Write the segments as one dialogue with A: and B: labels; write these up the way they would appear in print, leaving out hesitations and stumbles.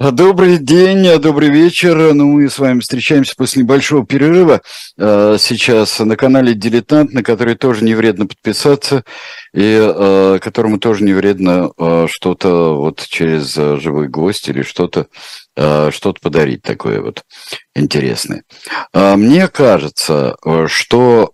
A: Добрый день, добрый вечер. Ну, мы с вами встречаемся после небольшого перерыва. Сейчас на канале «Дилетант», на который тоже не вредно подписаться, и которому тоже не вредно что-то вот через «Живой гвоздь» или что-то подарить такое вот интересное. Мне кажется, что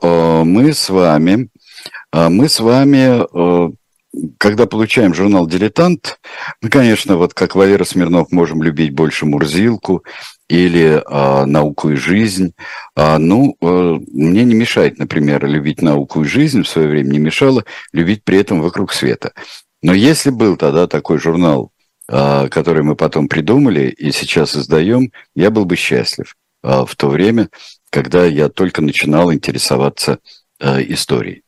A: мы с вами, когда получаем журнал «Дилетант», мы, конечно, вот как Валера Смирнов, можем любить больше Мурзилку или «Науку и жизнь». Мне не мешает, например, любить «Науку и жизнь», в свое время не мешало любить при этом «Вокруг света». Но если был тогда такой журнал, который мы потом придумали и сейчас издаем, я был бы счастлив в то время, когда я только начинал интересоваться историей.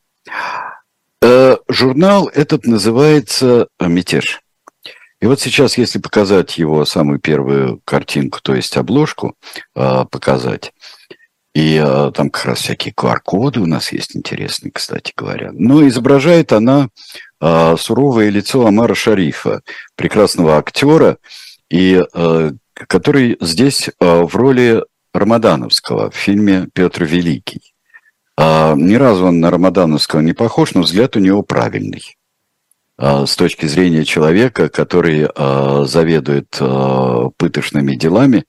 A: Журнал этот называется «Мятеж». И вот сейчас, если показать его самую первую картинку, то есть обложку показать, и там как раз всякие QR-коды у нас есть интересные, кстати говоря. Но изображает она суровое лицо Омара Шарифа, прекрасного актера, и который здесь в роли Рамадановского в фильме «Петр Великий». Ни разу он на Рамадановского не похож, но взгляд у него правильный. С точки зрения человека, который заведует пыточными делами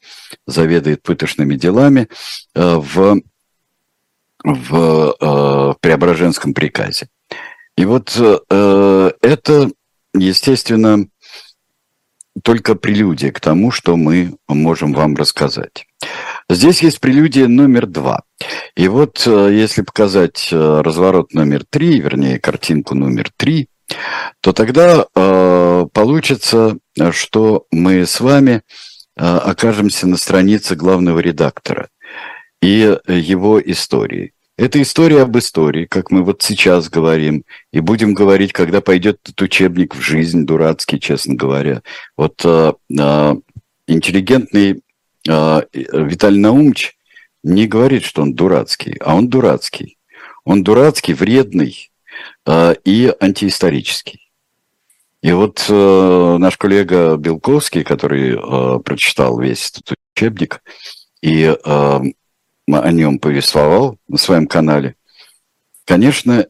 A: в Преображенском приказе. И вот это, естественно, только прелюдия к тому, что мы можем вам рассказать. Здесь есть прелюдия номер 2. И вот если показать разворот номер 3, вернее, картинку номер 3, то тогда получится, что мы с вами окажемся на странице главного редактора и его истории. Это история об истории, как мы вот сейчас говорим, и будем говорить, когда пойдет этот учебник в жизнь, дурацкий, честно говоря. Вот интеллигентный Виталий Наумович не говорит, что он дурацкий, а он дурацкий. Он дурацкий, вредный и антиисторический. И вот наш коллега Белковский, который прочитал весь этот учебник и о нем повествовал на своем канале, конечно,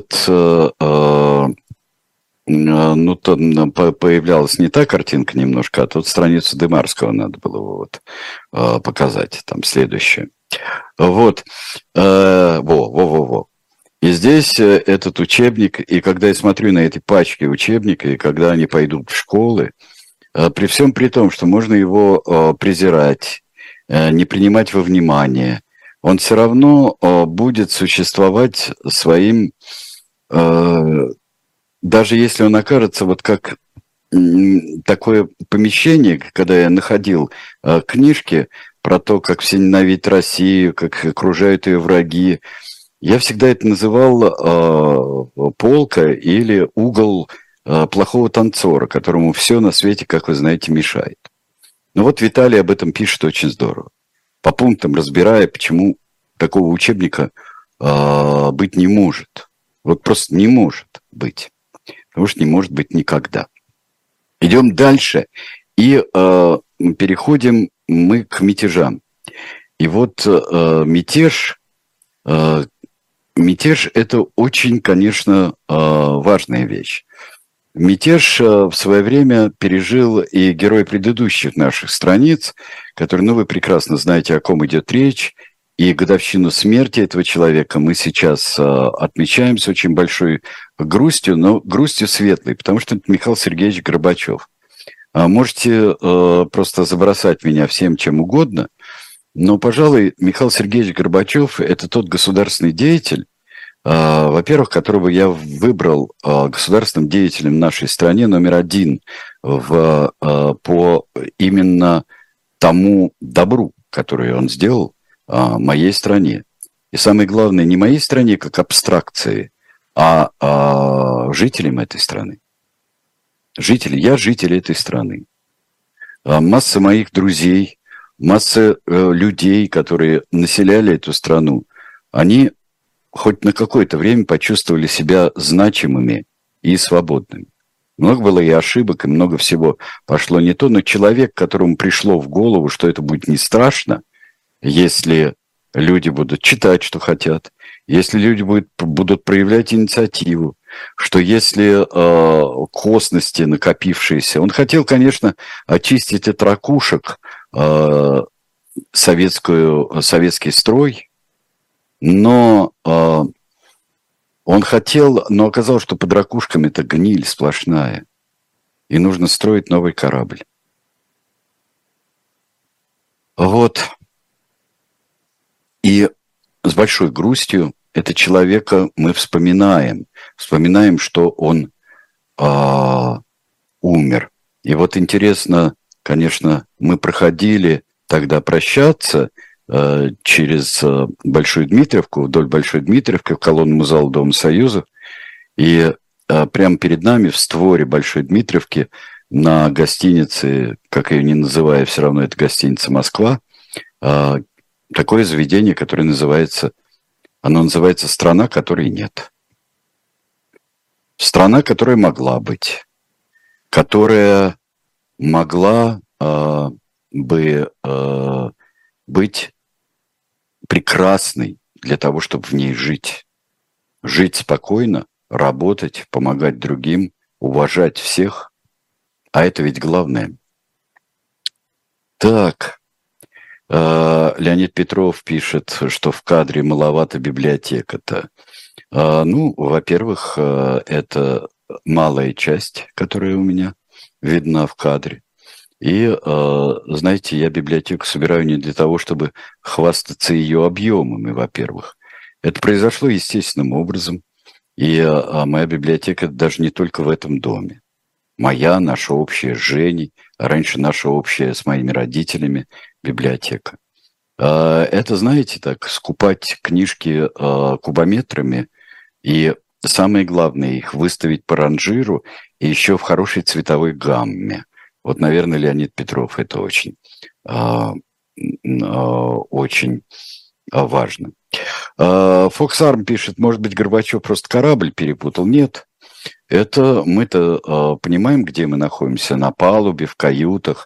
A: появлялась не та картинка немножко, а тут страницу Демарского надо было показать, там следующее. Вот. Во. И здесь этот учебник, и когда я смотрю на эти пачки учебника, и когда они пойдут в школы, при всем при том, что можно его презирать, не принимать во внимание, он все равно будет существовать своим, даже если он окажется вот как такое помещение, когда я находил книжки про то, как все ненавидят Россию, как окружают ее враги, я всегда это называл полка или угол плохого танцора, которому все на свете, как вы знаете, мешает. Но вот Виталий об этом пишет очень здорово, по пунктам разбирая, почему такого учебника быть не может. Вот просто не может быть. Потому что не может быть никогда. Идем дальше и переходим мы к мятежам. И вот мятеж – это очень, конечно, важная вещь. Мятеж в свое время пережил и герой предыдущих наших страниц, который, вы прекрасно знаете, о ком идет речь, и годовщину смерти этого человека мы сейчас отмечаем с очень большой грустью, но грустью светлой, потому что это Михаил Сергеевич Горбачев. Можете просто забросать меня всем чем угодно, но, пожалуй, Михаил Сергеевич Горбачев – это тот государственный деятель, во-первых, которого я выбрал государственным деятелем в нашей стране номер 1 по именно тому добру, которое он сделал моей стране. И самое главное, не моей стране как абстракции, а жителям этой страны. Я житель этой страны. Масса моих друзей, масса людей, которые населяли эту страну, они хоть на какое-то время почувствовали себя значимыми и свободными. Много было и ошибок, и много всего пошло не то, но человек, которому пришло в голову, что это будет не страшно, если люди будут читать, что хотят, если люди будут проявлять инициативу, что если косности накопившиеся... Он хотел, конечно, очистить от ракушек советский строй, но он хотел, но оказалось, что под ракушками это гниль сплошная, и нужно строить новый корабль. Вот. И с большой грустью это человека мы вспоминаем. Вспоминаем, что он умер. И вот интересно, конечно, мы проходили тогда прощаться через Большую Дмитриевку, вдоль Большой Дмитриевки, в колонному залу Дома Союза. И прямо перед нами в створе Большой Дмитриевки на гостинице, как ее не называя, все равно это гостиница «Москва», такое заведение, которое называется «Страна, которой нет». Страна, которая могла быть, которая могла бы быть прекрасной для того, чтобы в ней жить. Жить спокойно, работать, помогать другим, уважать всех. А это ведь главное. Так. Леонид Петров пишет, что в кадре маловато библиотека-то. Ну, во-первых, это малая часть, которая у меня видна в кадре. И, знаете, я библиотеку собираю не для того, чтобы хвастаться ее объемами, во-первых. Это произошло естественным образом. И моя библиотека даже не только в этом доме. Моя, наша общая с Женей, раньше наша общая с моими родителями библиотека. Это, знаете, так, скупать книжки кубометрами и, самое главное, их выставить по ранжиру и еще в хорошей цветовой гамме. Вот, наверное, Леонид Петров, это очень важно. Фоксарм пишет, может быть, Горбачев просто корабль перепутал. Нет, это мы-то понимаем, где мы находимся. На палубе, в каютах,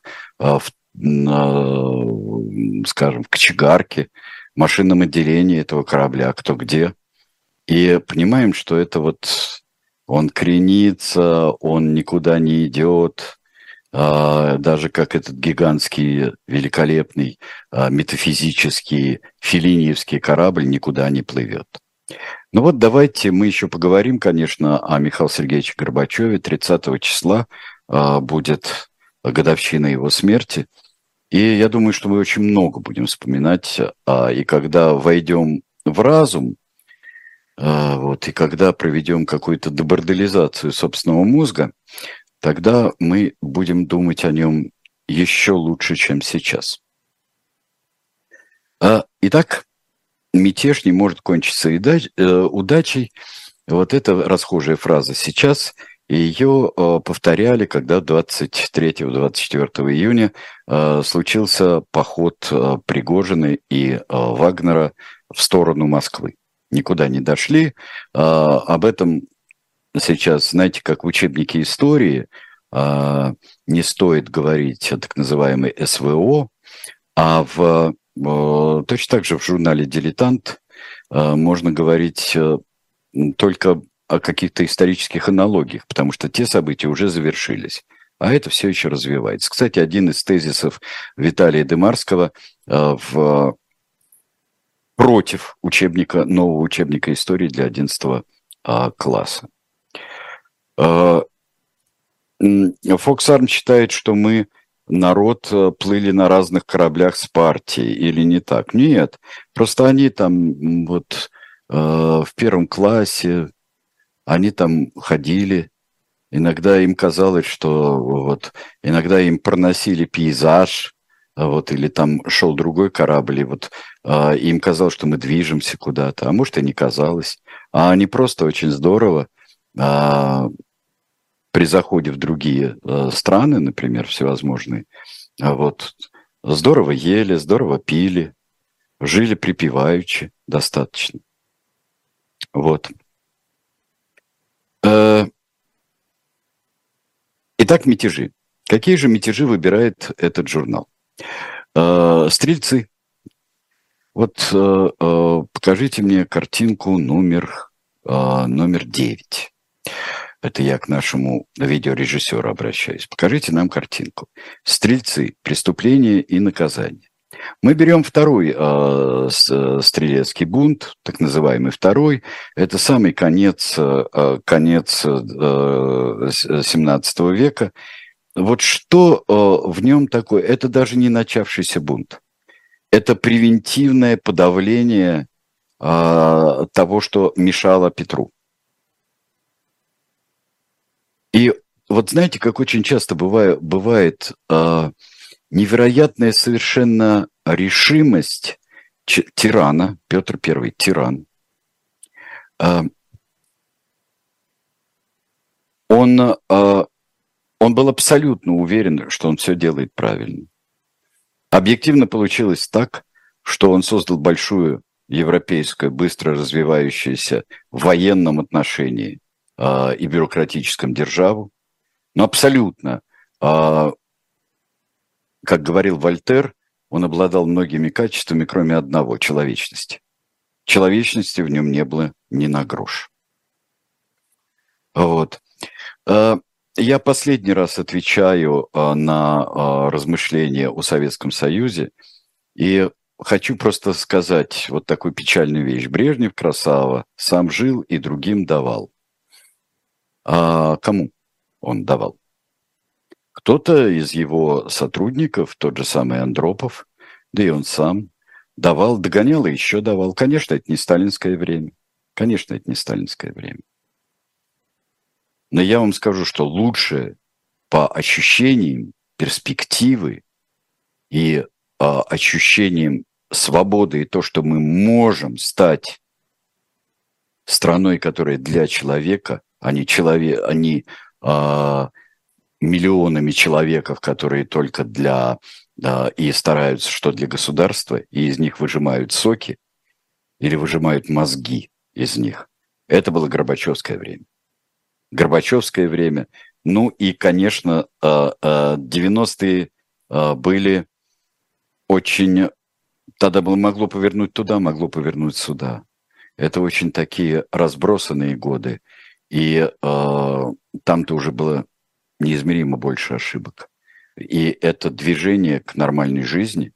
A: скажем, в кочегарке, в машинном отделении этого корабля, кто где. И понимаем, что это вот он кренится, он никуда не идет, даже как этот гигантский, великолепный, метафизический, феллиниевский корабль никуда не плывет. Ну вот давайте мы еще поговорим, конечно, о Михаиле Сергеевиче Горбачеве. 30 числа будет годовщина его смерти. И я думаю, что мы очень много будем вспоминать. И когда войдем в разум, вот, и когда проведем какую-то деборделизацию собственного мозга, тогда мы будем думать о нем еще лучше, чем сейчас. Итак, мятеж не может кончиться удачей. Вот это расхожая фраза сейчас. И ее повторяли, когда 23-24 июня случился поход Пригожина и Вагнера в сторону Москвы. Никуда не дошли. Об этом сейчас, знаете, как в учебнике истории, не стоит говорить о так называемой СВО, а точно так же в журнале «Дилетант» можно говорить только о каких-то исторических аналогиях, потому что те события уже завершились, а это все еще развивается. Кстати, один из тезисов Виталия Демарского против нового учебника истории для 11 класса. Фоксарм считает, что мы, народ, плыли на разных кораблях с партией, или не так? Нет, просто они там вот в первом классе, они там ходили, иногда им казалось, что вот, иногда им проносили пейзаж, вот, или там шел другой корабль, и вот им казалось, что мы движемся куда-то, а может и не казалось. А они просто очень здорово при заходе в другие страны, например, всевозможные, вот, здорово ели, здорово пили, жили припеваючи достаточно. Вот. Итак, мятежи. Какие же мятежи выбирает этот журнал? Стрельцы. Вот покажите мне картинку номер 9. Это я к нашему видеорежиссеру обращаюсь. Покажите нам картинку. Стрельцы. Преступление и наказание. Мы берем второй стрелецкий бунт, так называемый второй. Это самый конец 17 века. Вот что в нем такое? Это даже не начавшийся бунт. Это превентивное подавление того, что мешало Петру. И вот знаете, как очень часто бывает невероятная совершенно решимость тирана, Петр I, тиран. Он был абсолютно уверен, что он все делает правильно. Объективно получилось так, что он создал большую европейскую, быстро развивающуюся в военном отношении и бюрократическом державу, но абсолютно, как говорил Вольтер, он обладал многими качествами, кроме одного – человечности. Человечности в нем не было ни на грош. Вот. Я последний раз отвечаю на размышления о Советском Союзе и хочу просто сказать вот такую печальную вещь. Брежнев, красава, сам жил и другим давал. А кому он давал? Кто-то из его сотрудников, тот же самый Андропов, да и он сам, давал, догонял и еще давал. Конечно, это не сталинское время. Конечно, это не сталинское время. Но я вам скажу, что лучше по ощущениям перспективы и ощущениям свободы и то, что мы можем стать страной, которая для человека, а не миллионами человеков, которые только и стараются, что для государства, и из них выжимают соки или выжимают мозги из них. Это было Горбачевское время. Горбачевское время. Ну и, конечно, 90-е были очень... Тогда было могло повернуть туда, могло повернуть сюда. Это очень такие разбросанные годы. И там-то уже было неизмеримо больше ошибок. И это движение к нормальной жизни,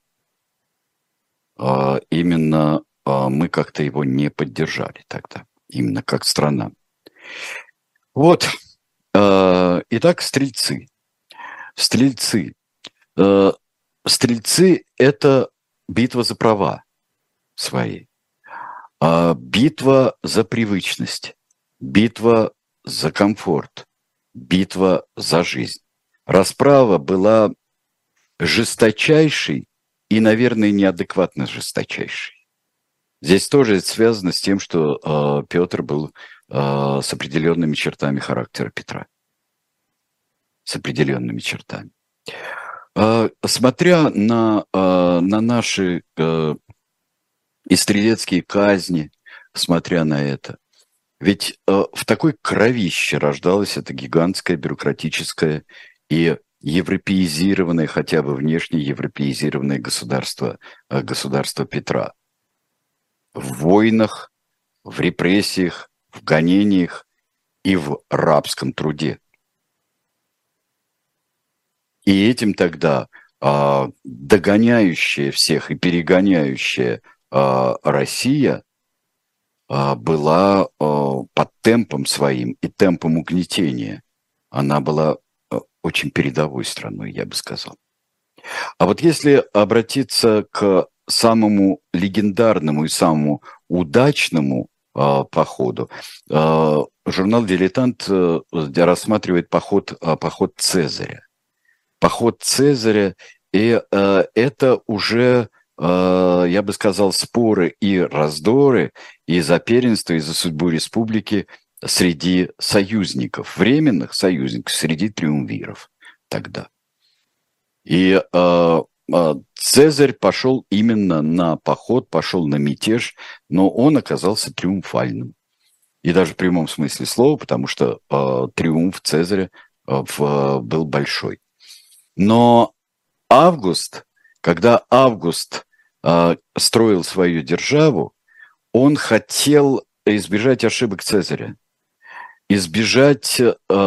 A: именно мы как-то его не поддержали тогда. Именно как страна. Вот. Итак, стрельцы. Стрельцы. Стрельцы – это битва за права свои. Битва за привычность. Битва за комфорт. Битва за жизнь. Расправа была жесточайшей и, наверное, неадекватно жесточайшей. Здесь тоже это связано с тем, что Петр был с определенными чертами характера Петра. С определенными чертами. Смотря на наши и стрелецкие казни, смотря на это, ведь в такой кровище рождалось это гигантское бюрократическое и европеизированное, хотя бы внешне европеизированное государство Петра. В войнах, в репрессиях, в гонениях и в рабском труде. И этим тогда догоняющая всех и перегоняющая Россия была под темпом своим и темпом угнетения. Она была очень передовой страной, я бы сказал. А вот если обратиться к самому легендарному и самому удачному походу, журнал «Дилетант» рассматривает поход Цезаря. Поход Цезаря, и это уже, я бы сказал, споры и раздоры и за первенство, и за судьбу республики среди союзников, временных союзников, среди триумвиров тогда. И Цезарь пошел именно на поход, пошел на мятеж, но он оказался триумфальным. И даже в прямом смысле слова, потому что триумф Цезаря был большой. Но когда Август строил свою державу, он хотел избежать ошибок Цезаря, избежать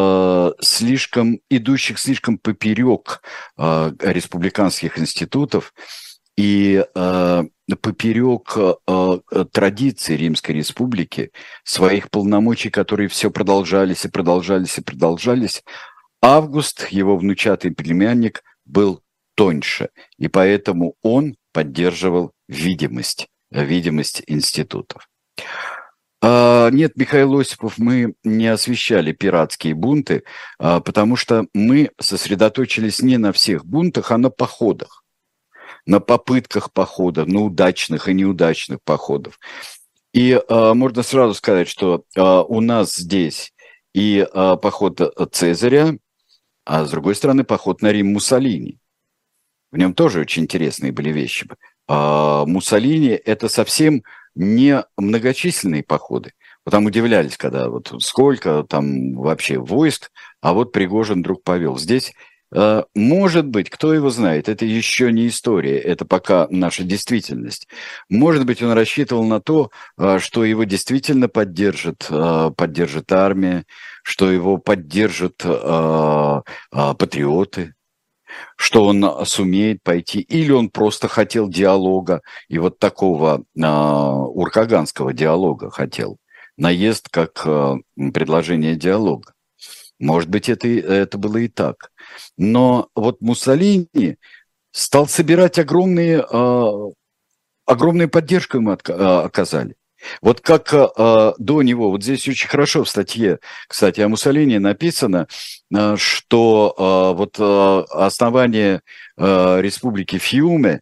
A: идущих слишком поперек республиканских институтов и поперек традиций Римской Республики, своих полномочий, которые все продолжались и продолжались и продолжались. Август, его внучатый племянник, был тоньше, и поэтому он поддерживал видимость институтов. Нет, Михаил Осипов, мы не освещали пиратские бунты, потому что мы сосредоточились не на всех бунтах, а на походах, на попытках похода, на удачных и неудачных походов. И можно сразу сказать, что у нас здесь и поход Цезаря, а с другой стороны поход на Рим Муссолини. В нем тоже очень интересные были вещи. Муссолини – это совсем не многочисленные походы. Вот там удивлялись, когда вот сколько там вообще войск, а вот Пригожин вдруг повел. Здесь, может быть, кто его знает, это еще не история, это пока наша действительность. Может быть, он рассчитывал на то, что его действительно поддержит армия, что его поддержат патриоты, что он сумеет пойти, или он просто хотел диалога, и вот такого уркаганского диалога хотел. Наезд как предложение диалога. Может быть, это было и так. Но вот Муссолини стал собирать огромную поддержку ему оказали. Вот как до него, вот здесь очень хорошо в статье, кстати, о Муссолини написано, что вот основание республики Фьюме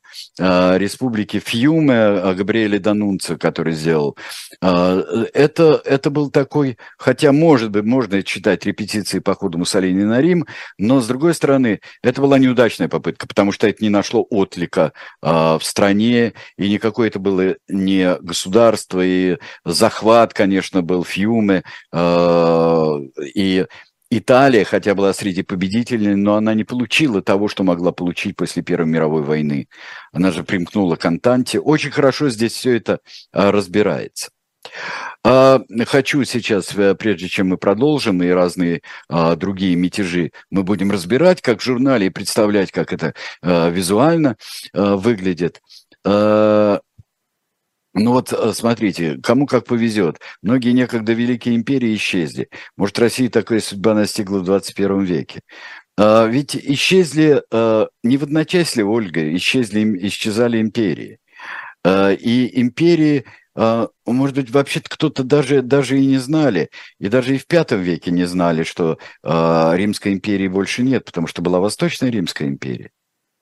A: Габриэле Данунцио, который сделал, это был такой, хотя, может быть, можно читать репетиции похода Муссолини на Рим, но, с другой стороны, это была неудачная попытка, потому что это не нашло отклика в стране, и никакое это было не государство, и захват, конечно, был Фьюме, и Италия, хотя была среди победителей, но она не получила того, что могла получить после Первой мировой войны. Она же примкнула к Антанте. Очень хорошо здесь все это разбирается. Хочу сейчас, прежде чем мы продолжим, и разные другие мятежи мы будем разбирать, как в журнале, и представлять, как это визуально выглядит. Ну вот, смотрите, кому как повезет. Многие некогда великие империи исчезли. Может, России такая судьба настигла в 21 веке. Ведь исчезли не в одночасье, Ольга, исчезали империи. И империи, может быть, вообще-то кто-то даже и не знали, и даже и в V веке не знали, что Римской империи больше нет, потому что была Восточная Римская империя.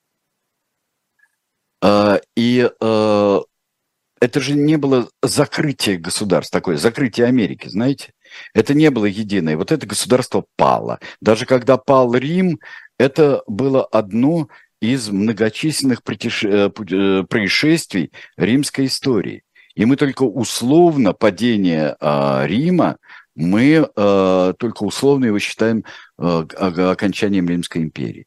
A: И это же не было закрытие государств, такое закрытие Америки, знаете? Это не было единое. Вот это государство пало. Даже когда пал Рим, это было одно из многочисленных происшествий римской истории. И мы только условно падение Рима, мы только условно его считаем окончанием Римской империи.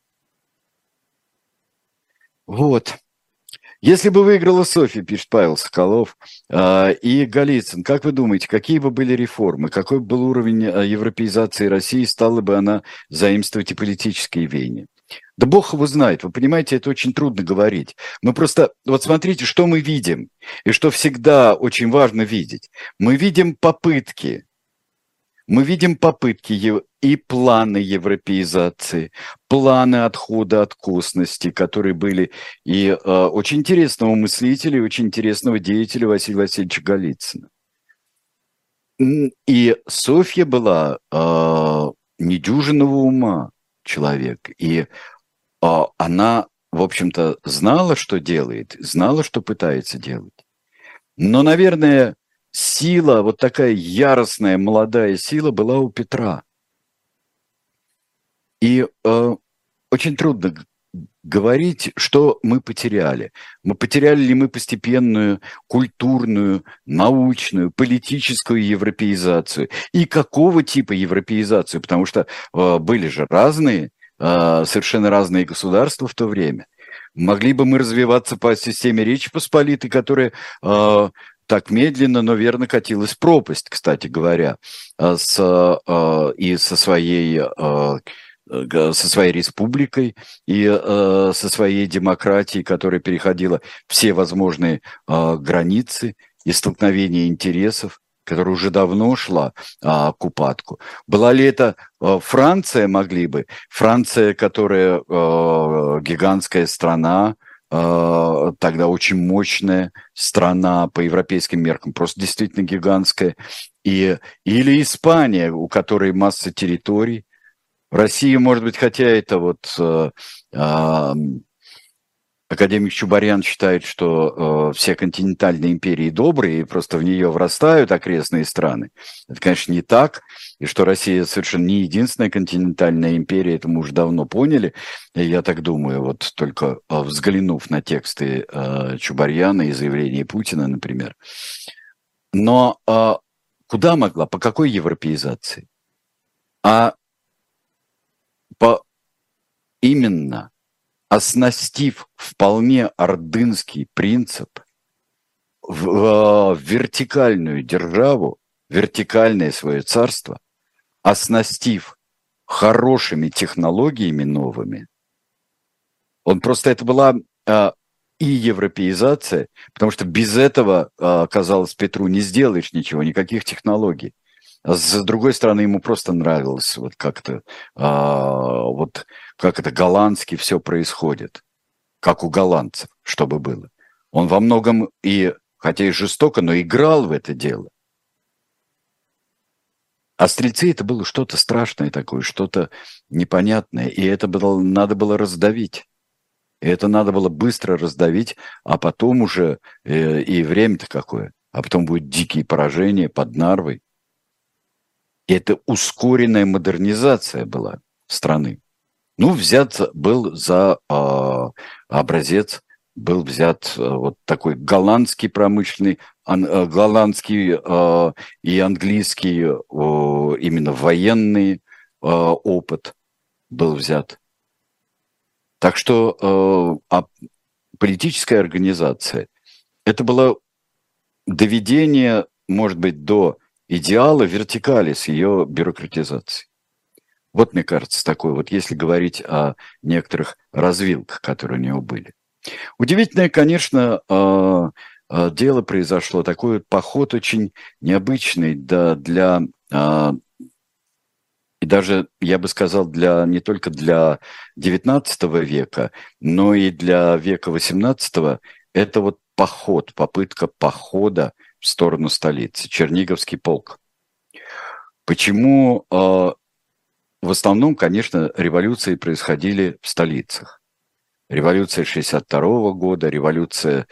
A: Вот. Если бы выиграла Софья, пишет Павел Соколов, и Голицын, как вы думаете, какие бы были реформы, какой бы был уровень европеизации России, стала бы она заимствовать и политические веяния? Да бог его знает, вы понимаете, это очень трудно говорить. Мы просто, вот смотрите, что мы видим, и что всегда очень важно видеть. Мы видим попытки и планы европеизации, планы отхода от косности, которые были и очень интересного мыслителя, и очень интересного деятеля Василия Васильевича Голицына. И Софья была недюжинного ума человек, и она, в общем-то, знала, что делает, знала, что пытается делать. Но, наверное, сила, вот такая яростная молодая сила была у Петра. И очень трудно говорить, что мы потеряли. Мы потеряли ли мы постепенную культурную, научную, политическую европеизацию? И какого типа европеизацию? Потому что были же разные, совершенно разные государства в то время. Могли бы мы развиваться по системе Речи Посполитой, которая так медленно, но верно катилась в пропасть, кстати говоря, и со своей республикой и со своей демократией, которая переходила все возможные границы и столкновения интересов, которая уже давно шла к упадку. Была ли это Франция, могли бы? Франция, которая гигантская страна, тогда очень мощная страна по европейским меркам, просто действительно гигантская. Или Испания, у которой масса территорий. Россия, может быть, хотя это академик Чубарян считает, что все континентальные империи добрые, и просто в нее врастают окрестные страны. Это, конечно, не так, и что Россия совершенно не единственная континентальная империя, это мы уже давно поняли. И я так думаю, вот только взглянув на тексты Чубаряна и заявления Путина, например. Но куда могла, по какой европеизации? Именно оснастив вполне ордынский принцип в вертикальную державу, вертикальное свое царство, оснастив хорошими технологиями новыми, это была и европеизация, потому что без этого, казалось, Петру не сделаешь ничего, никаких технологий. А с другой стороны, ему просто нравилось как это голландски все происходит, как у голландцев, чтобы было. Он во многом хотя и жестоко, но играл в это дело. А стрельцы это было что-то страшное такое, что-то непонятное, и это надо было раздавить. И это надо было быстро раздавить, а потом уже, и время-то какое, а потом будут дикие поражения под Нарвой. И это ускоренная модернизация была страны. Взят был за образец, был взят такой голландский промышленный, голландский и английский именно военный опыт был взят. Так что политическая организация, это было доведение, может быть, до идеала вертикали с ее бюрократизацией. Мне кажется, такое если говорить о некоторых развилках, которые у него были. Удивительное, конечно, дело произошло. Такой поход очень необычный и даже, я бы сказал, не только для XIX века, но и для века XVIII. Это попытка похода в сторону столицы, Черниговский полк. Почему? В основном, конечно, революции происходили в столицах. Революция 1962 года, революция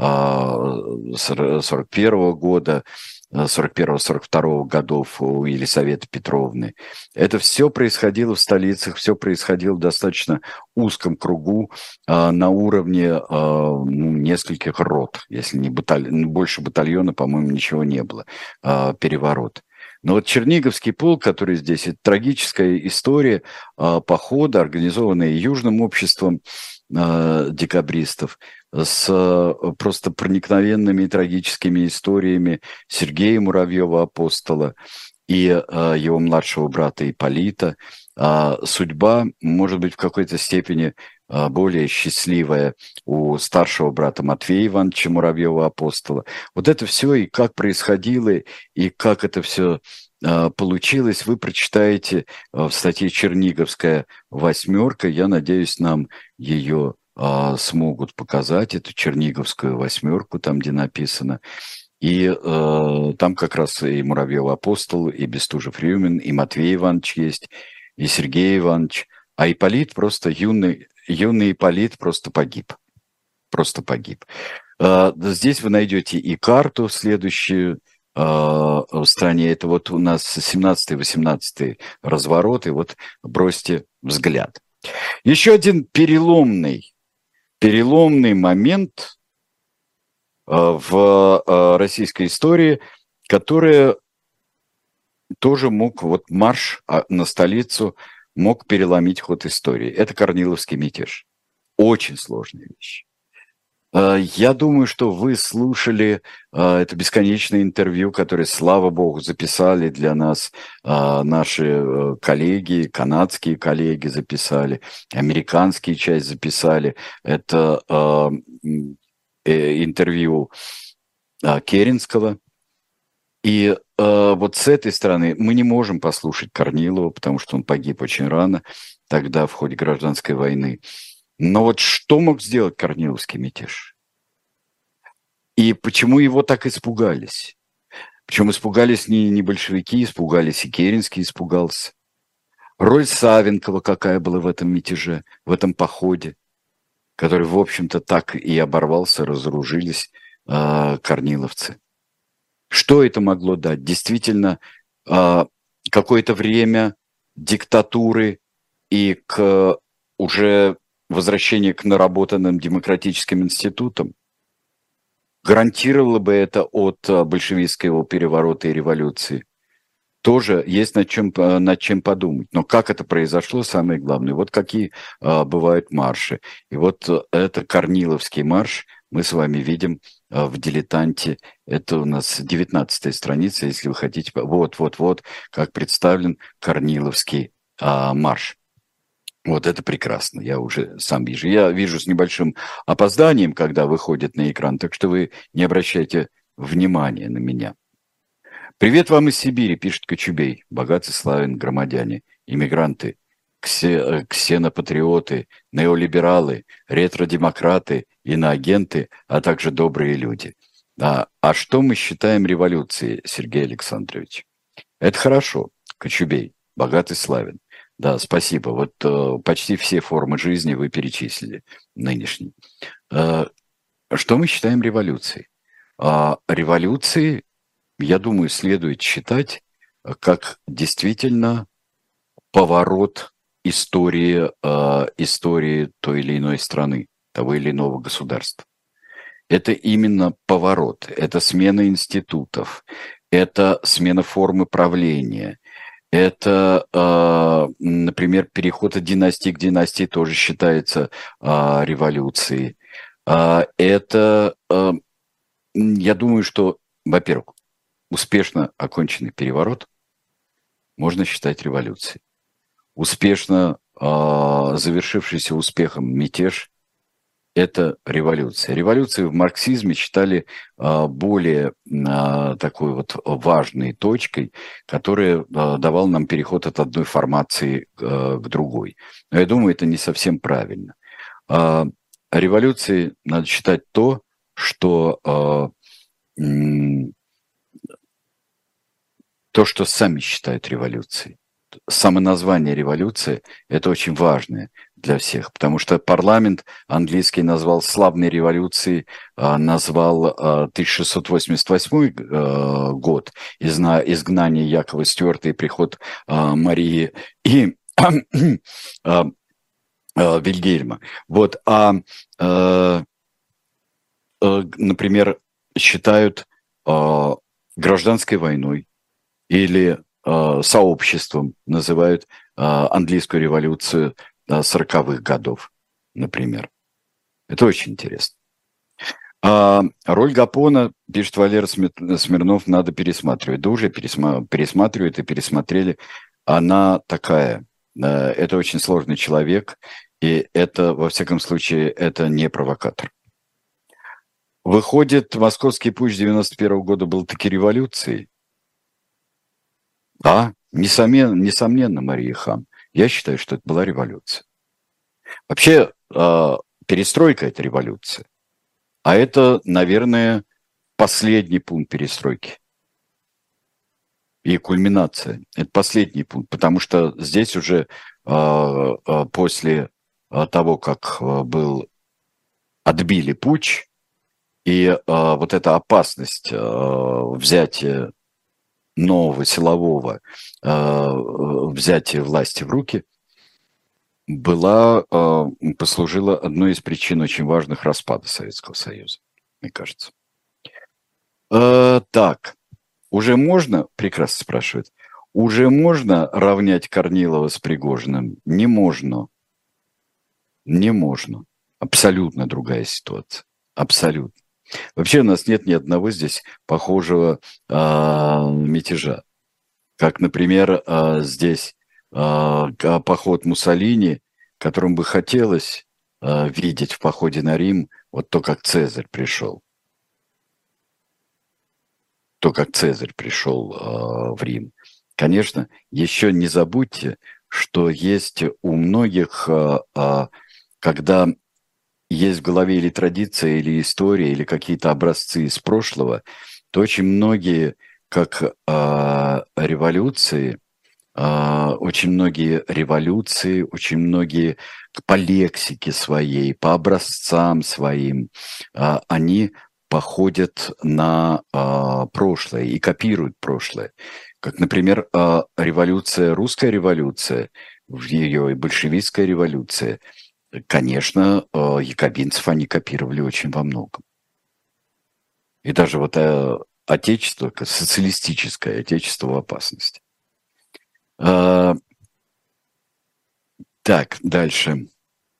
A: 1941 года, 1941-1942 годов у Елисаветы Петровны. Это все происходило в столицах, все происходило в достаточно узком кругу на уровне нескольких рот. Если не больше батальона, по-моему, ничего не было. Переворот. Но Черниговский полк, который здесь, это трагическая история похода, организованная Южным обществом декабристов, с просто проникновенными и трагическими историями Сергея Муравьева-Апостола и его младшего брата Ипполита. Судьба, может быть, в какой-то степени более счастливая у старшего брата Матвея Ивановича Муравьева-Апостола. Это все, и как происходило, и как это все получилось, вы прочитаете в статье «Черниговская восьмерка». Я надеюсь, нам ее смогут показать, эту Черниговскую восьмерку, там, где написано. И там как раз и Муравьев-Апостол, и Бестужев-Рюмин, и Матвей Иванович есть, и Сергей Иванович. А Ипполит просто юный Ипполит просто погиб. Просто погиб. Здесь вы найдете и карту следующую в стране. Это у нас 17-18 разворот, и бросьте взгляд. Еще один переломный момент в российской истории, который тоже мог, вот марш на столицу мог переломить ход истории. Это Корниловский мятеж. Очень сложная вещь. Я думаю, что вы слушали это бесконечное интервью, которое, слава богу, записали для нас наши коллеги, канадские коллеги записали, американские часть записали. Это интервью Керенского. И вот с этой стороны мы не можем послушать Корнилова, потому что он погиб очень рано, тогда в ходе гражданской войны. Но вот что мог сделать Корниловский мятеж? И почему его так испугались? Причем испугались не большевики, испугались и Керенский испугался. Роль Савенкова какая была в этом мятеже, в этом походе, который, в общем-то, так и оборвался, разоружились корниловцы. Что это могло дать? Действительно, какое-то время диктатуры и к уже возвращение к наработанным демократическим институтам? Гарантировало бы это от большевистского переворота и революции? Тоже есть над чем подумать. Но как это произошло, самое главное. Вот какие бывают марши. И вот это Корниловский марш мы с вами видим в «Дилетанте». Это у нас 19-я страница, если вы хотите. Вот, как представлен Корниловский марш. Вот это прекрасно, я уже сам вижу. Я вижу с небольшим опозданием, когда выходит на экран, так что вы не обращайте внимания на меня. Привет вам из Сибири, пишет Кочубей. Богатый славен громадяне, иммигранты, ксенопатриоты, неолибералы, ретро-демократы, иноагенты, а также добрые люди. А что мы считаем революцией, Сергей Александрович? Это хорошо, Кочубей, богатый славен. Да, спасибо. Вот почти все формы жизни вы перечислили нынешней. Что мы считаем революцией? Революцией, я думаю, следует считать как действительно поворот истории той или иной страны, того или иного государства. Это именно поворот, это смена институтов, это смена формы правления, это, например, переход от династии к династии тоже считается революцией. Это, я думаю, что, во-первых, успешно оконченный переворот можно считать революцией. Успешно завершившийся успехом мятеж – это революция. Революцию в марксизме считали более такой вот важной точкой, которая давала нам переход от одной формации к другой. Но я думаю, это не совсем правильно. Революцией надо считать то, что сами считают революцией. Само название революции – это очень важное для всех, потому что парламент английский назвал славной революцией, назвал 1688 год, изгнание Якова Стюарта и приход Марии и Вильгельма. Вот, например, считают гражданской войной или сообществом, называют английскую революцию 40-х годов, например. Это очень интересно. Роль Гапона, пишет Валера Смирнов, надо пересматривать. Да уже пересматривают и пересмотрели. Она такая. Это очень сложный человек, и это, во всяком случае, это не провокатор. Выходит, московский путч 91 года был таки революцией. Да, несомненно, Мария Хам. Я считаю, что это была революция. Вообще, перестройка – это революция. А это, наверное, последний пункт перестройки. И кульминация. Это последний пункт, потому что здесь уже после того, как отбили путч, и вот эта опасность взятия нового силового взятия власти в руки, послужила одной из причин очень важных распада Советского Союза, мне кажется. Так, уже можно, прекрасно спрашивает, уже можно равнять Корнилова с Пригожиным? Не можно. Не можно. Абсолютно другая ситуация. Абсолютно. Вообще у нас нет ни одного здесь похожего мятежа. Как, например, здесь поход Муссолини, которым бы хотелось видеть в походе на Рим вот то, как Цезарь пришел. То, как Цезарь пришел в Рим. Конечно, еще не забудьте, что есть у многих, когда есть в голове или традиция, или история, или какие-то образцы из прошлого, то очень многие, как очень многие по лексике своей, по образцам своим, они походят на прошлое и копируют прошлое. Как, например, русская революция, в ее и большевистская революция, конечно, якобинцев они копировали очень во многом. И даже вот отечество, социалистическое отечество в опасности. Так, дальше.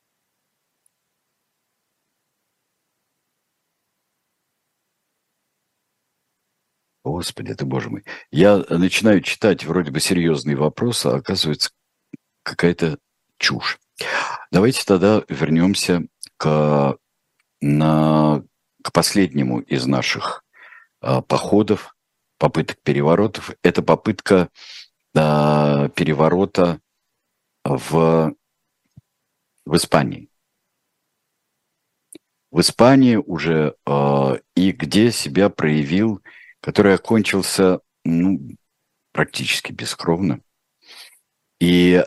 A: Господи, ты боже мой. Я начинаю читать вроде бы серьезные вопросы, а оказывается какая-то чушь. Давайте тогда вернемся к, к последнему из наших походов, попыток переворотов. Это попытка переворота в Испании. В Испании уже и где себя проявил, который окончился практически бескровно. И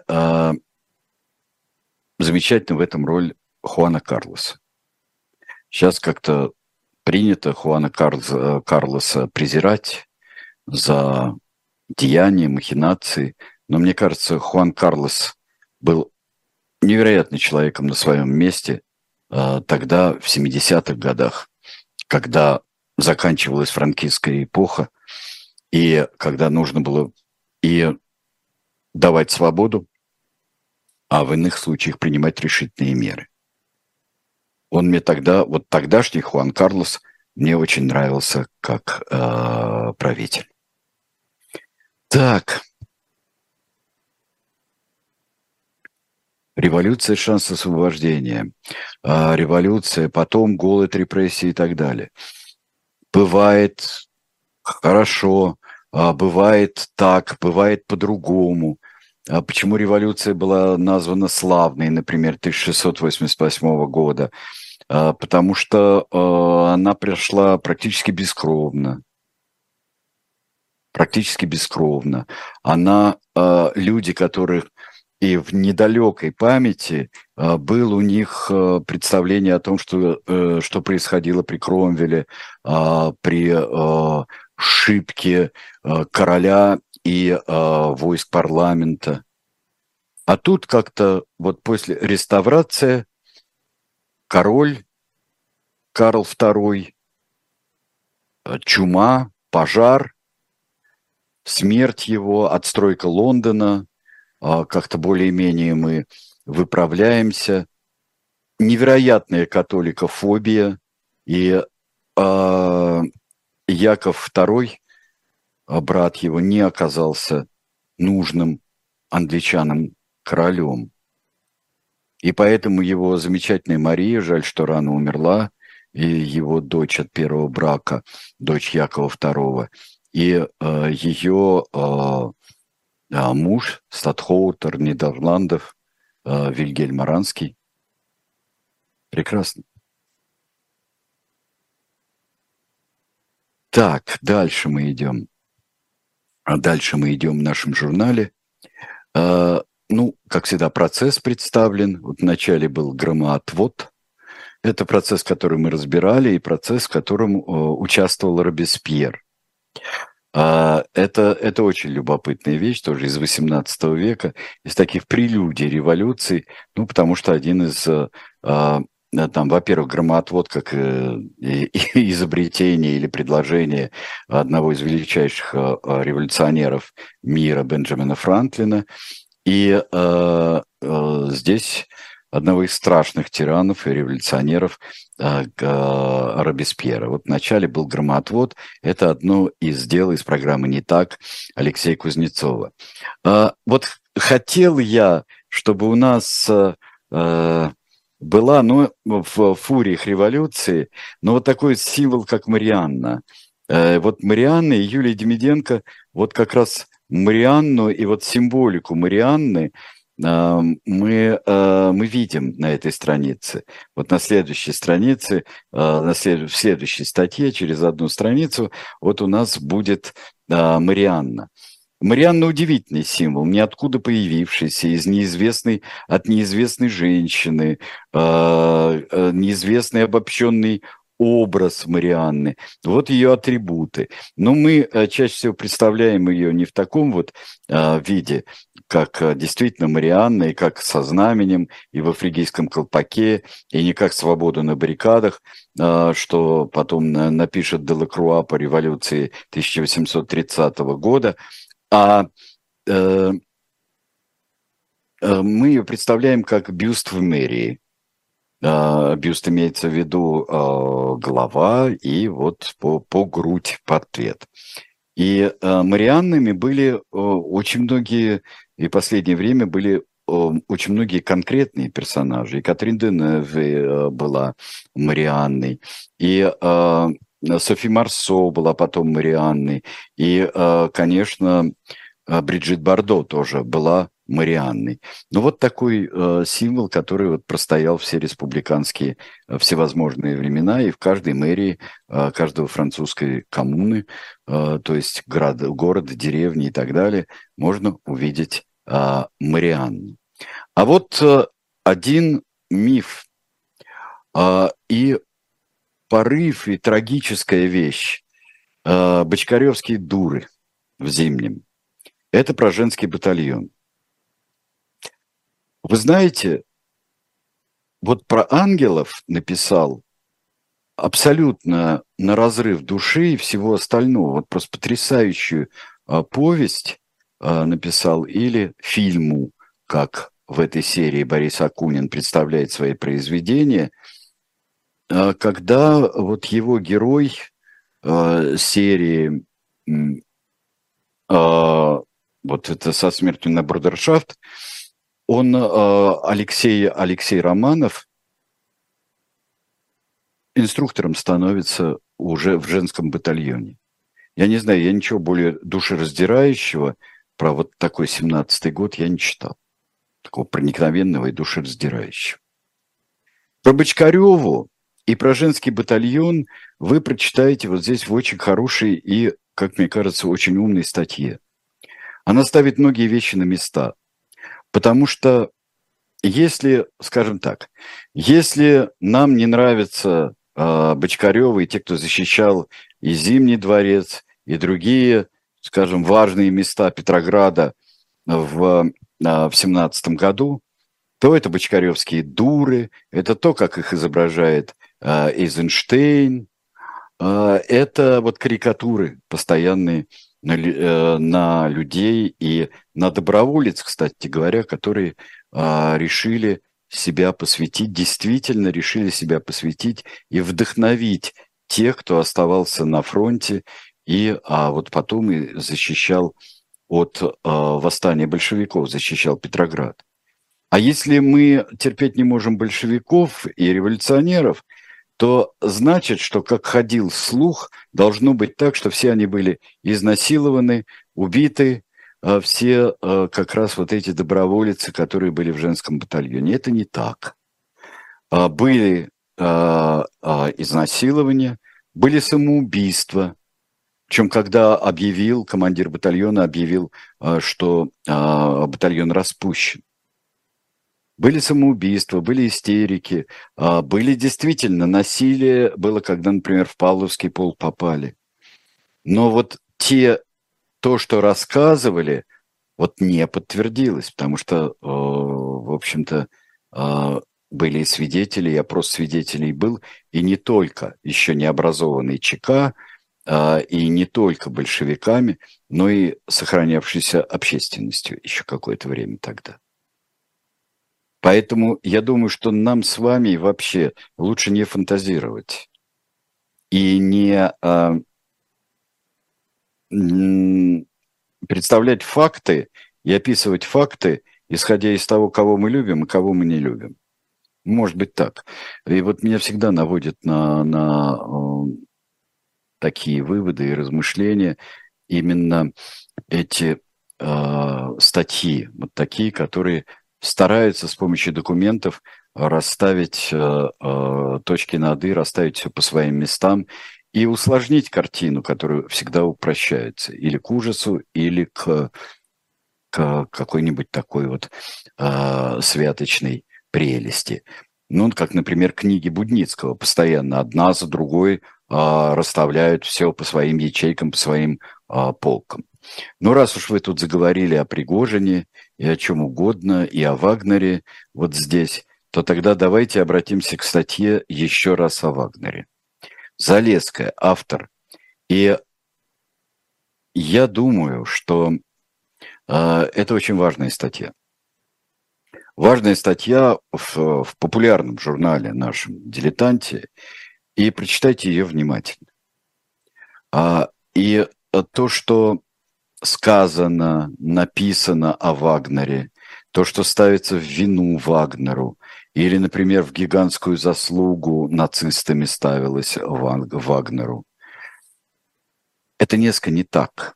A: замечательно в этом роль Хуана Карлоса. Сейчас как-то принято Хуана Карлоса презирать за деяния, махинации. Но мне кажется, Хуан Карлос был невероятным человеком на своем месте тогда, в 70-х годах, когда заканчивалась франкистская эпоха, и когда нужно было и давать свободу, а в иных случаях принимать решительные меры. Он мне тогда, вот тогдашний Хуан Карлос, мне очень нравился как правитель. Так. Революция – шанс освобождения. Революция, потом голод, репрессии и так далее. Бывает хорошо, бывает так, бывает по-другому. Почему революция была названа славной, например, 1688 года? Потому что она прошла практически бескровно. Практически бескровно. Люди, которых и в недалекой памяти было у них представление о том, что происходило при Кромвеле, при шибке короля и войск парламента. А тут как-то вот после реставрации король Карл II, чума, пожар, смерть его, отстройка Лондона, как-то более-менее мы выправляемся. Невероятная католикофобия. И Яков II, брат его, не оказался нужным англичанам королем. И поэтому его замечательная Мария, жаль, что рано умерла, и его дочь от первого брака, дочь Якова II, и ее муж, статхоутер Нидерландов, Вильгельм Аранский. Прекрасно. Так, дальше мы идем. Дальше мы идем в нашем журнале. Как всегда, процесс представлен. Вот вначале был громоотвод. Это процесс, который мы разбирали, и процесс, в котором участвовал Робеспьер. Это очень любопытная вещь, тоже из XVIII века, из таких прелюдий революций, ну, потому что один из, там, во-первых, громоотвод как изобретение или предложение одного из величайших революционеров мира Бенджамина Франклина, и здесь одного из страшных тиранов и революционеров Робеспьера. Вот вначале был громоотвод. Это одно из дел из программы «Не так» Алексея Кузнецова. Вот хотел я, чтобы у нас была, ну, в фуриях революции, но вот такой символ, как Марианна. Вот Марианна и Юлия Демиденко, вот как раз Марианну и вот символику Марианны мы видим на этой странице. Вот на следующей странице, в следующей статье, через одну страницу, вот у нас будет Марианна. Марианна удивительный символ, ниоткуда появившийся, от неизвестной женщины, неизвестный обобщенный образ Марианны. Вот ее атрибуты. Но мы чаще всего представляем ее не в таком вот виде, как действительно Марианна, и как со знаменем, и во фригийском колпаке, и не как свободу на баррикадах, что потом напишет Делакруа по революции 1830 года, а мы ее представляем как бюст в мэрии. Бюст имеется в виду голова и вот по грудь портрет. И Марианнами были очень многие, и в последнее время были очень многие конкретные персонажи. И Катрин Деневе была Марианной, и Софи Марсо была потом Марианной, и, конечно, Бриджит Бардо тоже была Марианной. Ну вот такой символ, который вот простоял все республиканские всевозможные времена, и в каждой мэрии каждого французской коммуны, то есть города, деревни и так далее, можно увидеть Марианну. А вот один миф и порыв, и трагическая вещь. Бочкаревские дуры в Зимнем. Это про женский батальон. Вы знаете, вот про ангелов написал абсолютно на разрыв души и всего остального. Вот просто потрясающую повесть написал, или фильму, как в этой серии Борис Акунин представляет свои произведения, когда вот его герой серии вот это «Со смертью на брудершафт», он, Алексей Романов, инструктором становится уже в женском батальоне. Я не знаю, я ничего более душераздирающего про вот такой 17-й год я не читал. Такого проникновенного и душераздирающего. Про Бочкареву и про женский батальон вы прочитаете вот здесь в очень хорошей и, как мне кажется, очень умной статье. Она ставит многие вещи на места. Потому что если, скажем так, если нам не нравится Бочкарева и те, кто защищал и Зимний дворец, и другие, скажем, важные места Петрограда в 17 году, то это бочкаревские дуры, это то, как их изображает Эйзенштейн, это вот карикатуры постоянные на людей и на доброволец, кстати говоря, которые решили себя посвятить, действительно решили себя посвятить и вдохновить тех, кто оставался на фронте и вот потом и защищал от восстания большевиков, защищал Петроград. А если мы терпеть не можем большевиков и революционеров, то значит, что, как ходил слух, должно быть так, что все они были изнасилованы, убиты, все как раз вот эти доброволицы, которые были в женском батальоне. Это не так. Были изнасилования, были самоубийства. Причем, когда командир батальона объявил, что батальон распущен. Были самоубийства, были истерики, были действительно насилие, было, когда, например, в Павловский полк попали. Но вот то, что рассказывали, вот не подтвердилось, потому что, в общем-то, были и свидетели, я просто свидетелей был, и не только еще не образованный ЧК, и не только большевиками, но и сохранявшейся общественностью еще какое-то время тогда. Поэтому я думаю, что нам с вами вообще лучше не фантазировать и не представлять факты и описывать факты, исходя из того, кого мы любим и кого мы не любим. Может быть так. И вот меня всегда наводят на такие выводы и размышления именно эти статьи, вот такие, которые стараются с помощью документов расставить точки над «и», расставить все по своим местам и усложнить картину, которая всегда упрощается или к ужасу, или к какой-нибудь такой вот святочной прелести. Ну, как, например, книги Будницкого постоянно одна за другой расставляют все по своим ячейкам, по своим полкам. Ну, раз уж вы тут заговорили о Пригожине и о чем угодно, и о Вагнере вот здесь, то тогда давайте обратимся к статье еще раз о Вагнере. Залезская, автор. И я думаю, что это очень важная статья. Важная статья в популярном журнале нашем «Дилетанте», и прочитайте ее внимательно. И то, что сказано, написано о Вагнере, то, что ставится в вину Вагнеру, или, например, в гигантскую заслугу нацистами ставилось Вагнеру, это несколько не так.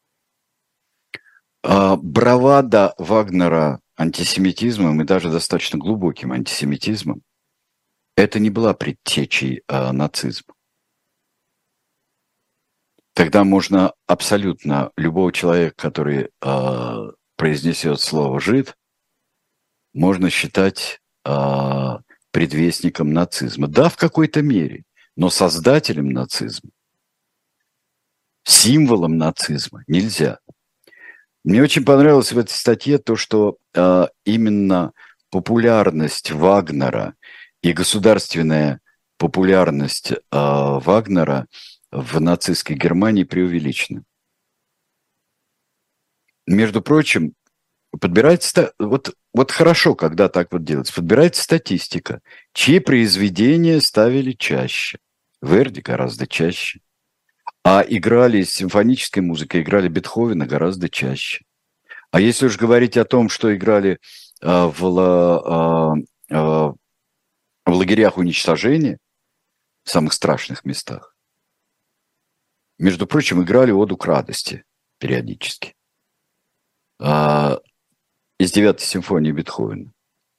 A: Бравада Вагнера антисемитизмом и даже достаточно глубоким антисемитизмом это не была предтечей нацизма. Тогда можно абсолютно любого человека, который произнесет слово «жид», можно считать предвестником нацизма. Да, в какой-то мере, но создателем нацизма, символом нацизма нельзя. Мне очень понравилось в этой статье то, что именно популярность Вагнера и государственная популярность Вагнера в нацистской Германии преувеличена. Между прочим, подбирается, вот хорошо, когда так вот делается, подбирается статистика, чьи произведения ставили чаще. Верди гораздо чаще. А играли с симфонической музыкой, играли Бетховена гораздо чаще. А если уж говорить о том, что играли в лагерях уничтожения, в самых страшных местах, между прочим, играли «Оду к радости» периодически. Из 9-й симфонии Бетховена.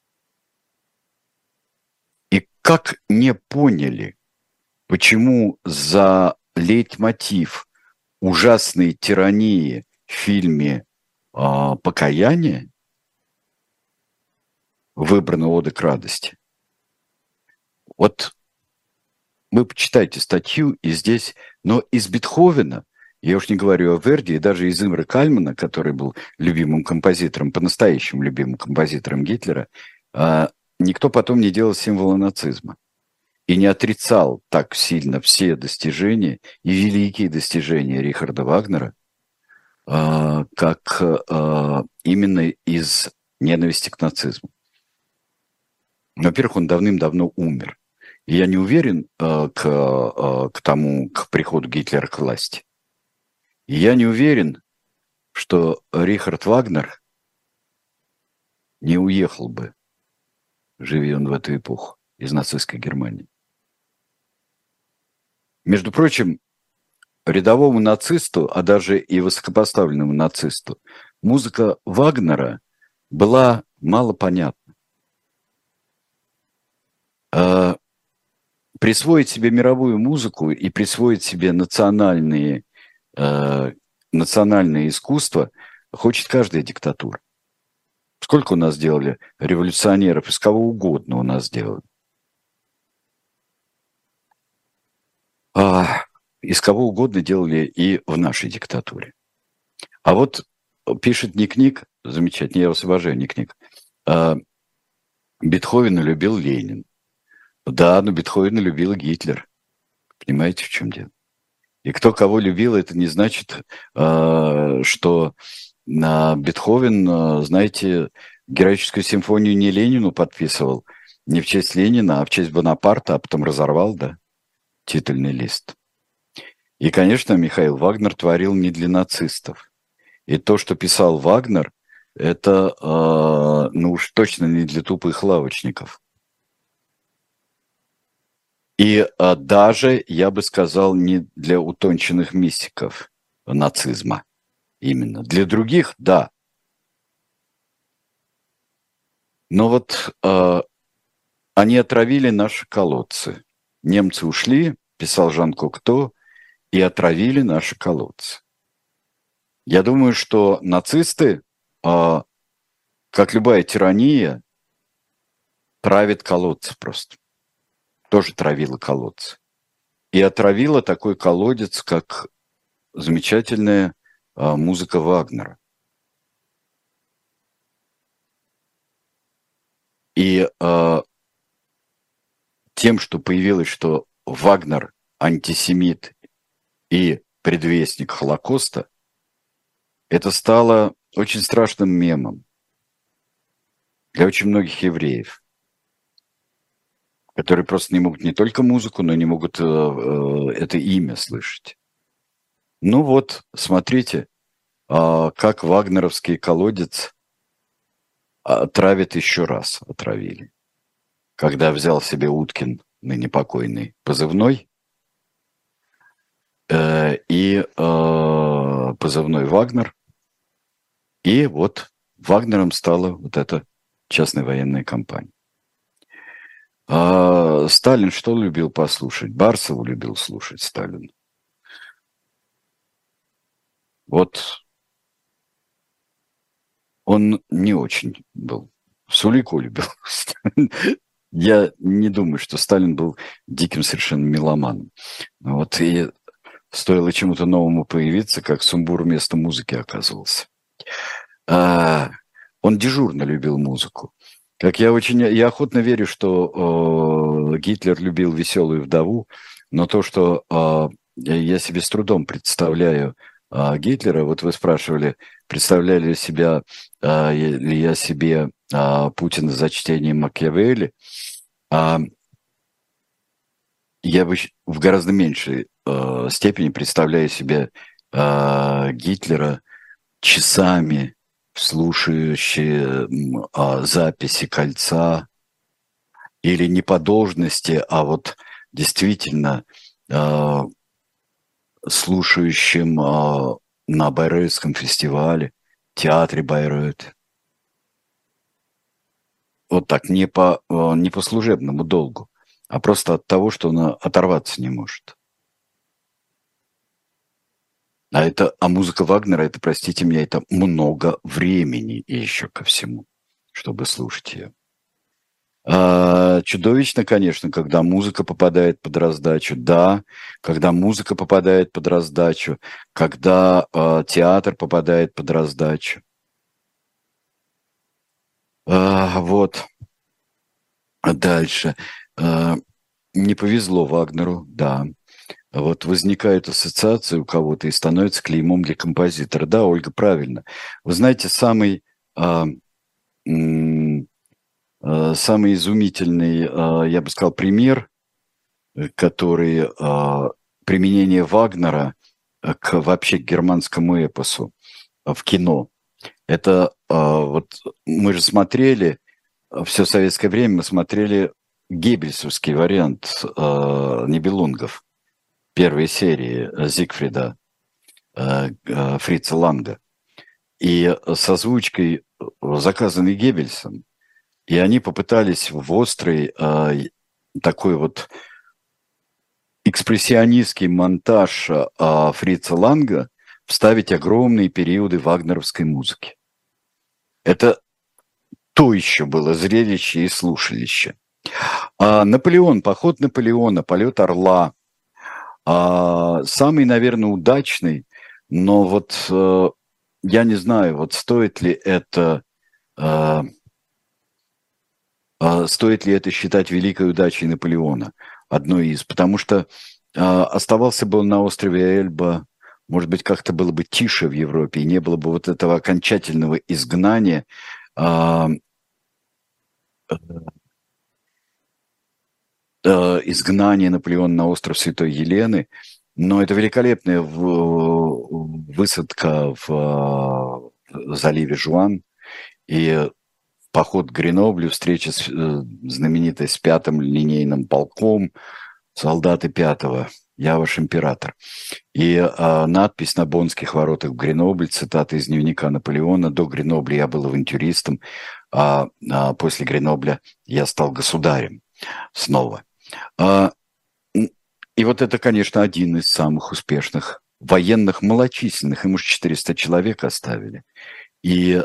A: И как не поняли, почему за лейтмотив ужасной тирании в фильме «Покаяние» выбрана «Ода к радости». Вот вы почитайте статью, и здесь, но из Бетховена, я уж не говорю о Верди, и даже из Имры Кальмана, который был любимым композитором, по-настоящему любимым композитором Гитлера, никто потом не делал символа нацизма. И не отрицал так сильно все достижения и великие достижения Рихарда Вагнера, как именно из ненависти к нацизму. Во-первых, он давным-давно умер. И я не уверен к приходу Гитлера к власти. И я не уверен, что Рихард Вагнер не уехал бы, живи он в эту эпоху, из нацистской Германии. Между прочим, рядовому нацисту, а даже и высокопоставленному нацисту, музыка Вагнера была мало понятна. Присвоить себе мировую музыку и присвоить себе национальное искусство хочет каждая диктатура. Сколько у нас сделали революционеров, из кого угодно у нас сделали. из кого угодно делали и в нашей диктатуре. А вот пишет Ник-Ник, замечательно, я вас уважаю, Ник-Ник, Бетховена любил Ленин. Да, но Бетховена любил Гитлер. Понимаете, в чем дело? И кто кого любил, это не значит, что Бетховен, знаете, героическую симфонию не Ленину подписывал, не в честь Ленина, а в честь Бонапарта, а потом разорвал, да, титульный лист. И, конечно, Михаил Вагнер творил не для нацистов. И то, что писал Вагнер, это, ну уж точно не для тупых лавочников. И даже, я бы сказал, не для утонченных мистиков нацизма именно. Для других, да. Но вот они отравили наши колодцы. Немцы ушли, писал Жан Кокто, и отравили наши колодцы. Я думаю, что нацисты, как любая тирания, травят колодцы просто. Тоже травила колодцы. И отравила такой колодец, как замечательная музыка Вагнера. И тем, что появилось, что Вагнер антисемит и предвестник Холокоста, это стало очень страшным мемом для очень многих евреев, которые просто не могут не только музыку, но не могут это имя слышать. Ну вот, смотрите, как вагнеровский колодец травит еще раз, отравили. Когда взял себе Уткин, ныне покойный, позывной, и позывной Вагнер, и вот Вагнером стала вот эта частная военная компания. Сталин что любил послушать? Барсову любил слушать Сталин. Вот он не очень был. Сулико любил. Я не думаю, что Сталин был диким совершенно меломаном. Вот и стоило чему-то новому появиться, как сумбур вместо музыки оказывался. Он дежурно любил музыку. Как я охотно верю, что Гитлер любил «Веселую вдову», но то, что я себе с трудом представляю Гитлера, вот вы спрашивали, представляли ли я себе Путина за чтением Макиавелли, я бы в гораздо меньшей степени представляю себе Гитлера часами слушающие записи «Кольца» или не по должности, а вот действительно слушающим на Байреутском фестивале, театре Байрeuth. Вот так, не по служебному долгу, а просто от того, что он оторваться не может. А музыка Вагнера, это, простите меня, это много времени и еще ко всему, чтобы слушать ее. Чудовищно, конечно, когда музыка попадает под раздачу. Да, когда музыка попадает под раздачу, когда театр попадает под раздачу. Вот. Дальше. Не повезло Вагнеру, да. Вот возникают ассоциации у кого-то и становится клеймом для композитора. Да, Ольга, правильно. Вы знаете, самый изумительный, я бы сказал, пример, который применение Вагнера вообще к германскому эпосу в кино. Это вот мы же смотрели, все советское время мы смотрели геббельсовский вариант Нибелунгов. Первой серии Зигфрида Фрица Ланга. И с озвучкой, заказанной Геббельсом, и они попытались в острый такой вот экспрессионистский монтаж Фрица Ланга вставить огромные периоды вагнеровской музыки. Это то еще было зрелище и слушалище. Наполеон, поход Наполеона, полет орла. Самый, наверное, удачный, но вот я не знаю, вот э, стоит ли это считать великой удачей Наполеона, одной из, потому что оставался бы он на острове Эльба, может быть, как-то было бы тише в Европе, и не было бы вот этого окончательного изгнания, а, изгнания Наполеона на остров Святой Елены, но это великолепная высадка в заливе Жуан и поход к Греноблю, встреча знаменитая с пятым линейным полком, солдаты пятого, я ваш император. И надпись на Боннских воротах в Гренобль, цитата из дневника Наполеона: «До Гренобля я был авантюристом, после Гренобля я стал государем снова». А, и вот это, конечно, один из самых успешных военных, малочисленных, ему же 400 человек оставили. И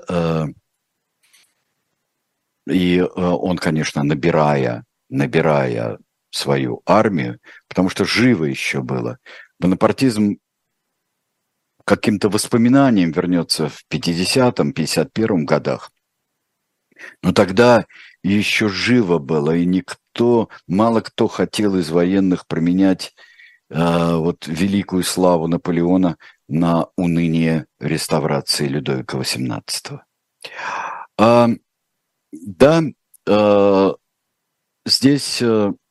A: он, конечно, набирая свою армию, потому что живо еще было. Бонапартизм каким-то воспоминанием вернется в 50-м, 51-м годах. Но тогда еще живо было, и мало кто хотел из военных променять вот великую славу Наполеона на уныние реставрации Людовика XVIII. Да, здесь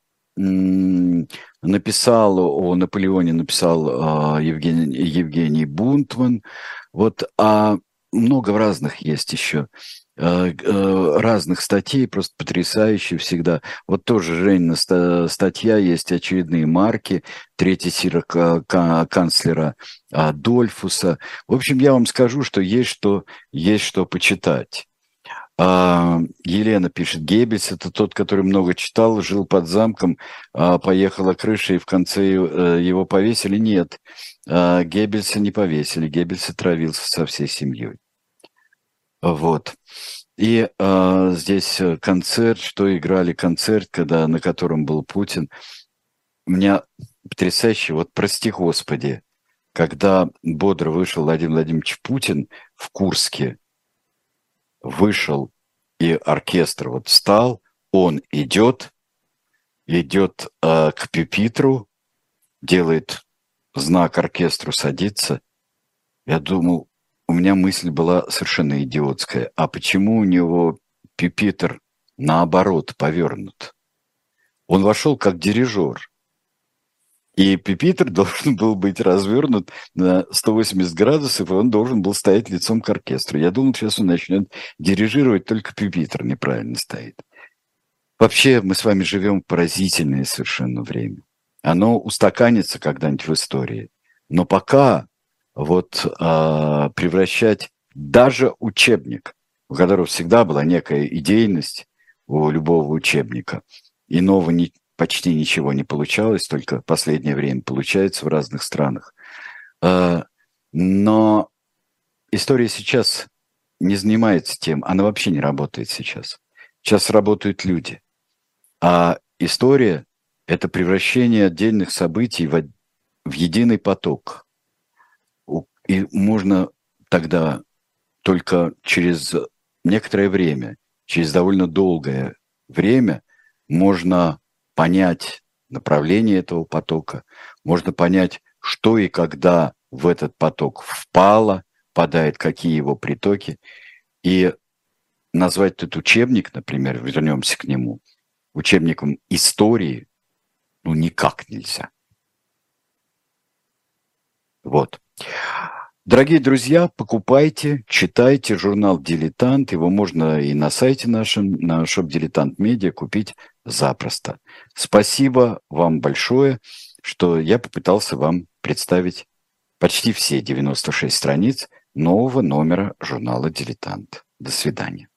A: написал о Наполеоне, Евгений Бунтман. Вот, много разных есть еще разных статей, просто потрясающие всегда. Вот тоже, Женина, статья есть «Очередные марки», третий сир канцлера Дольфуса. В общем, я вам скажу, что есть что почитать. Елена пишет: Геббельс — это тот, который много читал, жил под замком, поехала крыша, и в конце его повесили. Нет, Геббельса не повесили, Геббельс отравился со всей семьей. Вот. И здесь концерт, что играли концерт, на котором был Путин. У меня потрясающе, вот прости господи, когда бодро вышел Владимир Владимирович Путин в Курске, вышел, и оркестр вот встал, он идет к пюпитру, делает знак оркестру садиться. Я думал, у меня мысль была совершенно идиотская. А почему у него пюпитр наоборот повернут? Он вошел как дирижер. И пюпитр должен был быть развернут на 180 градусов, и он должен был стоять лицом к оркестру. Я думал, сейчас он начнет дирижировать, только пюпитр неправильно стоит. Вообще, мы с вами живем в поразительное совершенно время. Оно устаканится когда-нибудь в истории. Но пока превращать даже учебник, у которого всегда была некая идейность у любого учебника, иного почти ничего не получалось, только в последнее время получается в разных странах. Но история сейчас не занимается тем, она вообще не работает сейчас. Сейчас работают люди. А история – это превращение отдельных событий в единый поток. И можно тогда только через некоторое время, через довольно долгое время, можно понять направление этого потока, можно понять, что и когда в этот поток впадает, какие его притоки, и назвать этот учебник, например, вернемся к нему, учебником истории, никак нельзя. Вот. Дорогие друзья, покупайте, читайте журнал «Дилетант». Его можно и на сайте нашем, на Shop Дилетант Медиа купить запросто. Спасибо вам большое, что я попытался вам представить почти все 96 страниц нового номера журнала «Дилетант». До свидания.